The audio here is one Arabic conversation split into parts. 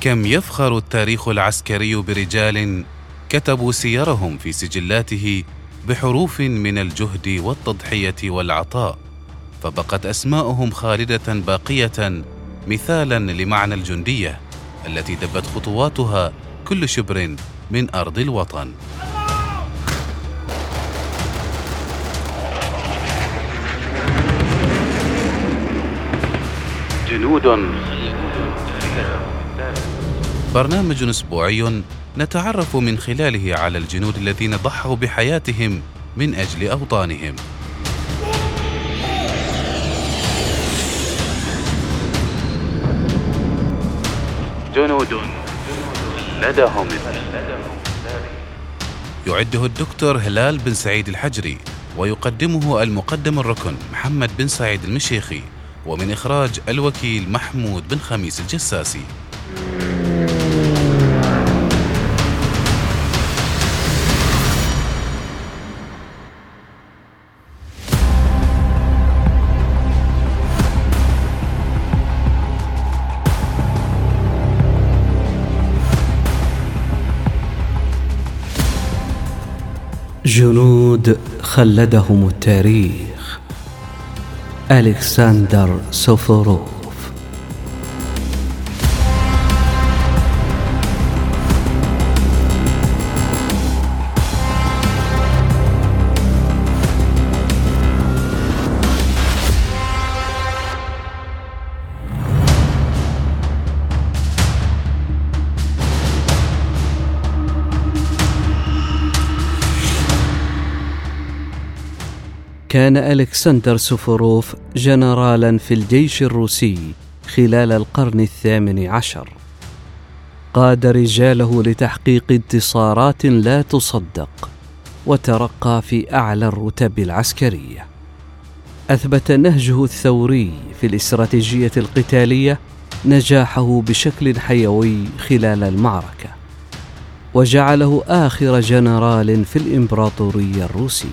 كم يفخر التاريخ العسكري برجال كتبوا سيرهم في سجلاته بحروف من الجهد والتضحية والعطاء، فبقت أسماؤهم خالدة باقية مثالا لمعنى الجندية التي دبت خطواتها كل شبر من أرض الوطن. جنود، برنامج أسبوعي نتعرف من خلاله على الجنود الذين ضحوا بحياتهم من أجل أوطانهم. جنود لدهم يعده الدكتور هلال بن سعيد الحجري، ويقدمه المقدم الركن محمد بن سعيد المشيخي، ومن إخراج الوكيل محمود بن خميس الجساسي. جنود خلدهم التاريخ. ألكسندر سوفوروف. كان ألكسندر سوفوروف جنرالا في الجيش الروسي خلال القرن 18. قاد رجاله لتحقيق انتصارات لا تصدق، وترقى في أعلى الرتب العسكرية. أثبت نهجه الثوري في الاستراتيجية القتالية نجاحه بشكل حيوي خلال المعركة، وجعله آخر جنرال في الإمبراطورية الروسية.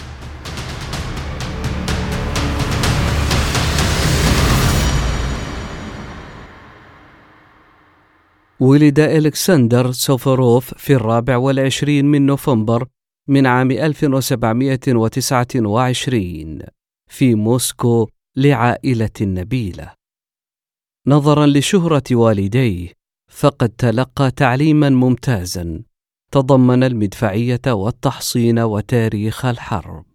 ولد ألكسندر سوفوروف في 24 من نوفمبر من عام 1729 في موسكو لعائلة نبيلة. نظرا لشهرة والديه، فقد تلقى تعليما ممتازا تضمن المدفعية والتحصين وتاريخ الحرب.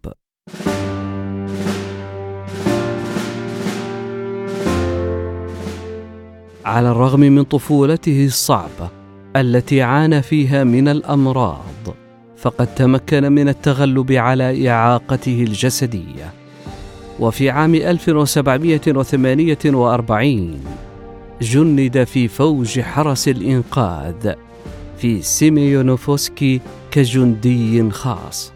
على الرغم من طفولته الصعبة التي عانى فيها من الأمراض، فقد تمكن من التغلب على إعاقته الجسدية. وفي عام 1748 جند في فوج حرس الإنقاذ في سيميونوفسكي كجندي خاص.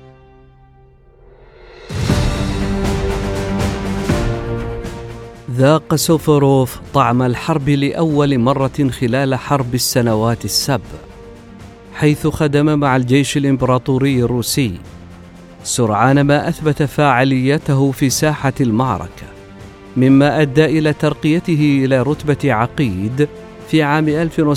ذاق سوفوروف طعم الحرب لأول مرة خلال حرب السنوات ال7، حيث خدم مع الجيش الإمبراطوري الروسي، سرعان ما أثبت فاعليته في ساحة المعركة، مما أدى إلى ترقيته إلى رتبة عقيد في عام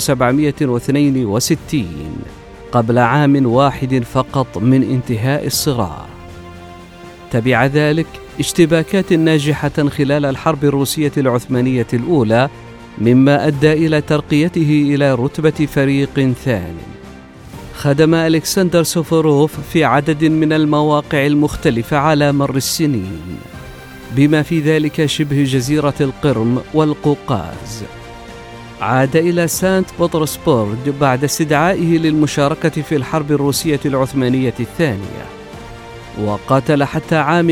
1762 قبل عام واحد فقط من انتهاء الصراع. تبع ذلك اشتباكات ناجحة خلال الحرب الروسية العثمانية الأولى، مما أدى إلى ترقيته إلى رتبة فريق ثاني. خدم ألكسندر سوفوروف في عدد من المواقع المختلفة على مر السنين، بما في ذلك شبه جزيرة القرم والقوقاز. عاد إلى سانت بطرسبورغ بعد استدعائه للمشاركة في الحرب الروسية العثمانية الثانية، وقاتل حتى عام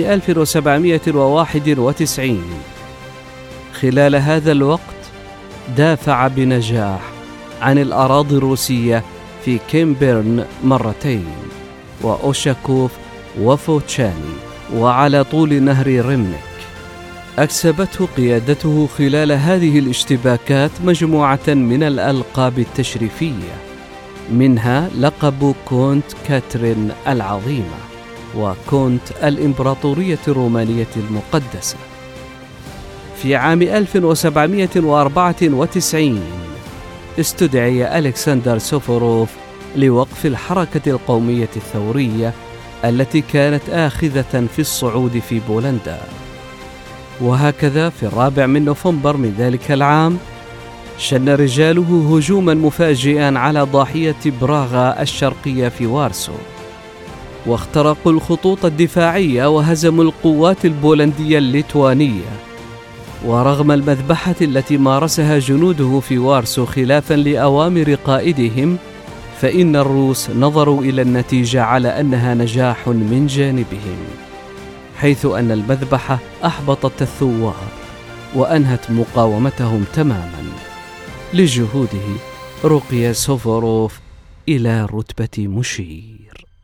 1791. خلال هذا الوقت دافع بنجاح عن الأراضي الروسية في كيمبرن مرتين، وأوشاكوف وفوتشاني، وعلى طول نهر ريمنيك. أكسبته قيادته خلال هذه الاشتباكات مجموعة من الألقاب التشريفية، منها لقب كونت كاترين العظيمة وكونت الإمبراطورية الرومانية المقدسة. في عام 1794 استدعي ألكسندر سوفوروف لوقف الحركة القومية الثورية التي كانت آخذة في الصعود في بولندا. وهكذا في 4 نوفمبر من ذلك العام شن رجاله هجوما مفاجئا على ضاحية براغا الشرقية في وارسو، واخترقوا الخطوط الدفاعية وهزموا القوات البولندية الليتوانية. ورغم المذبحة التي مارسها جنوده في وارسو خلافا لأوامر قائدهم، فإن الروس نظروا إلى النتيجة على أنها نجاح من جانبهم، حيث أن المذبحة أحبطت الثوار وأنهت مقاومتهم تماما. لجهوده رقي سوفوروف إلى رتبة مشير.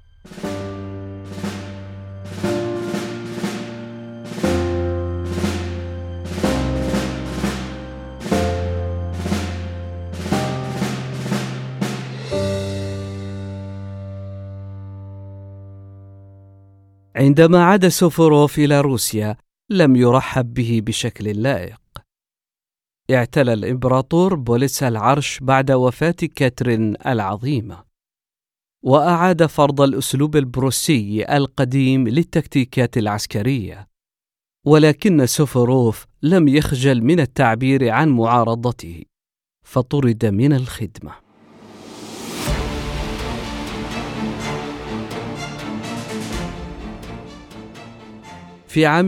عندما عاد سوفوروف إلى روسيا لم يرحب به بشكل لائق. اعتلى الإمبراطور بوليس العرش بعد وفاة كاترين العظيمة، وأعاد فرض الأسلوب البروسي القديم للتكتيكات العسكرية، ولكن سوفوروف لم يخجل من التعبير عن معارضته، فطرد من الخدمة. في عام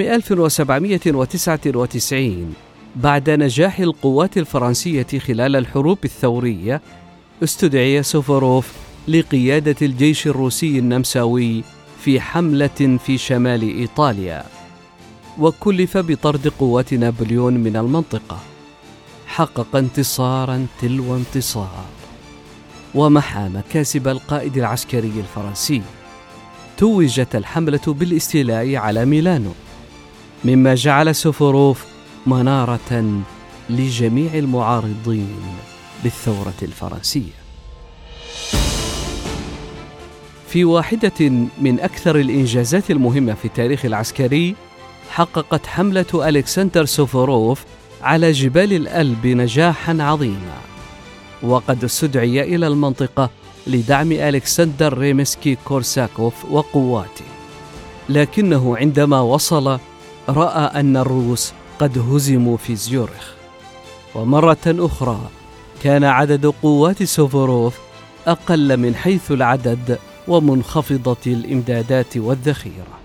1799 بعد نجاح القوات الفرنسية خلال الحروب الثورية، استدعي سوفوروف لقيادة الجيش الروسي النمساوي في حملة في شمال إيطاليا، وكلف بطرد قوات نابليون من المنطقة. حقق انتصارا تلو انتصار، ومحى مكاسب القائد العسكري الفرنسي. توجت الحملة بالاستيلاء على ميلانو، مما جعل سوفوروف منارة لجميع المعارضين بالثورة الفرنسية. في واحدة من أكثر الإنجازات المهمة في التاريخ العسكري، حققت حملة ألكسندر سوفوروف على جبال الألب نجاحا عظيما، وقد استدعي إلى المنطقة لدعم ألكسندر ريمسكي كورساكوف وقواته، لكنه عندما وصل رأى أن الروس قد هزموا في زيورخ. ومرة أخرى كان عدد قوات سوفوروف أقل من حيث العدد ومنخفضة الإمدادات والذخيرة.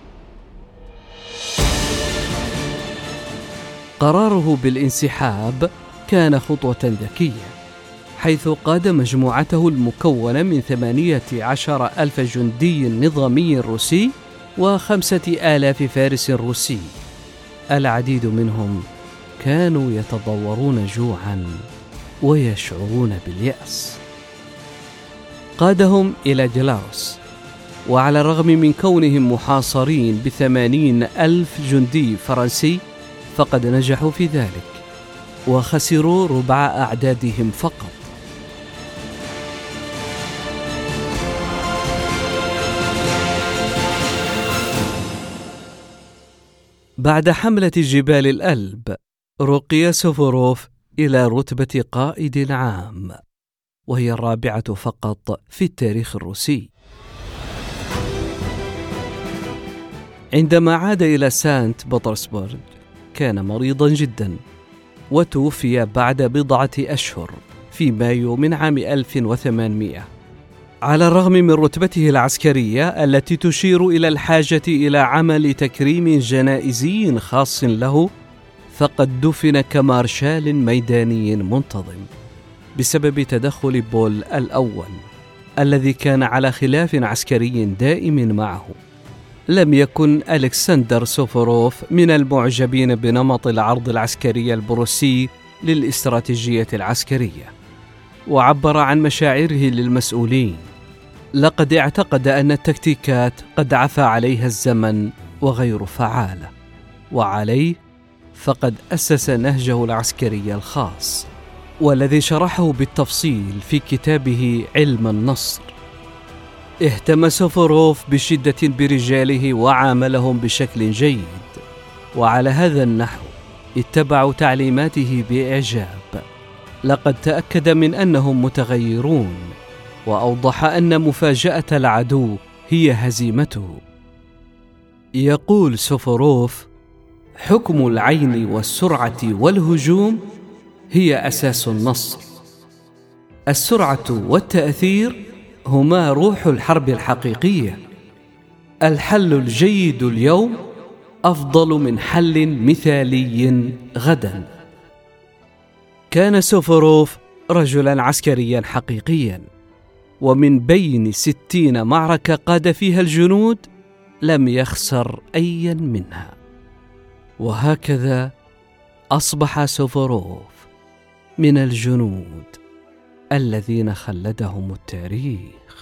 قراره بالانسحاب كان خطوة ذكية، حيث قاد مجموعته المكونة من 18,000 جندي نظامي روسي و5,000 فارس روسي. العديد منهم كانوا يتضورون جوعا ويشعرون باليأس. قادهم إلى جلاوس، وعلى الرغم من كونهم محاصرين ب80,000 جندي فرنسي فقد نجحوا في ذلك، وخسروا ربع أعدادهم فقط. بعد حملة جبال الألب رقي سوفوروف إلى رتبة قائد عام، وهي الرابعة فقط في التاريخ الروسي. عندما عاد إلى سانت بطرسبرغ كان مريضا جدا، وتوفي بعد 4 أشهر في مايو من عام 1800. على الرغم من رتبته العسكرية التي تشير إلى الحاجة إلى عمل تكريم جنائزي خاص له، فقد دفن كمارشال ميداني منتظم بسبب تدخل بول الأول الذي كان على خلاف عسكري دائم معه. لم يكن ألكسندر سوفوروف من المعجبين بنمط العرض العسكري البروسي للاستراتيجية العسكرية، وعبر عن مشاعره للمسؤولين. لقد اعتقد أن التكتيكات قد عفى عليها الزمن وغير فعالة، وعليه فقد أسس نهجه العسكري الخاص، والذي شرحه بالتفصيل في كتابه علم النصر. اهتم سوفوروف بشدة برجاله وعاملهم بشكل جيد، وعلى هذا النحو اتبعوا تعليماته بإعجاب، لقد تأكد من أنهم متغيرون، وأوضح أن مفاجأة العدو هي هزيمته. يقول سوفوروف: حكم العين والسرعة والهجوم هي أساس النصر. السرعة والتأثير هما روح الحرب الحقيقية. الحل الجيد اليوم أفضل من حل مثالي غدا. كان سوفوروف رجلا عسكريا حقيقيا، ومن بين 60 معركة قاد فيها الجنود لم يخسر أيا منها. وهكذا أصبح سوفوروف من الجنود الذين خلدهم التاريخ.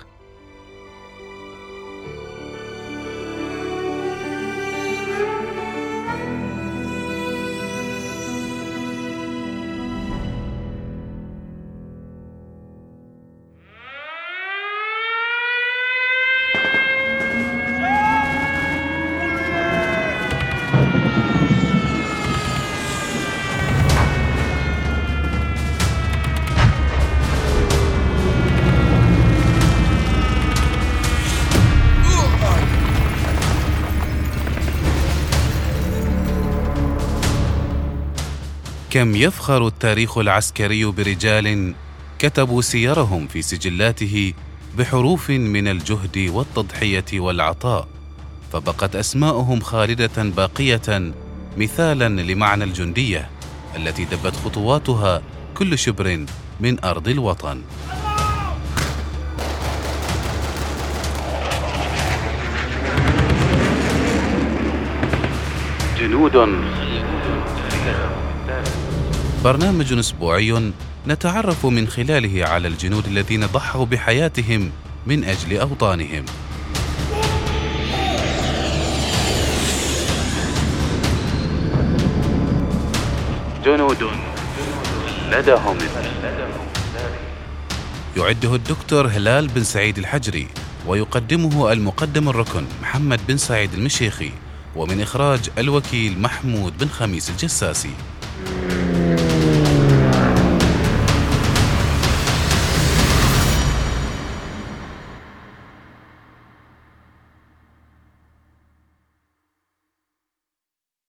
كم يفخر التاريخ العسكري برجال كتبوا سيرهم في سجلاته بحروف من الجهد والتضحية والعطاء، فبقت أسماؤهم خالدة باقية مثالا لمعنى الجندية التي دبت خطواتها كل شبر من أرض الوطن. جنود، برنامج أسبوعي نتعرف من خلاله على الجنود الذين ضحوا بحياتهم من أجل أوطانهم. جنود لدهم. يعده الدكتور هلال بن سعيد الحجري، ويقدمه المقدم الركن محمد بن سعيد المشيخي، ومن إخراج الوكيل محمود بن خميس الجساسي.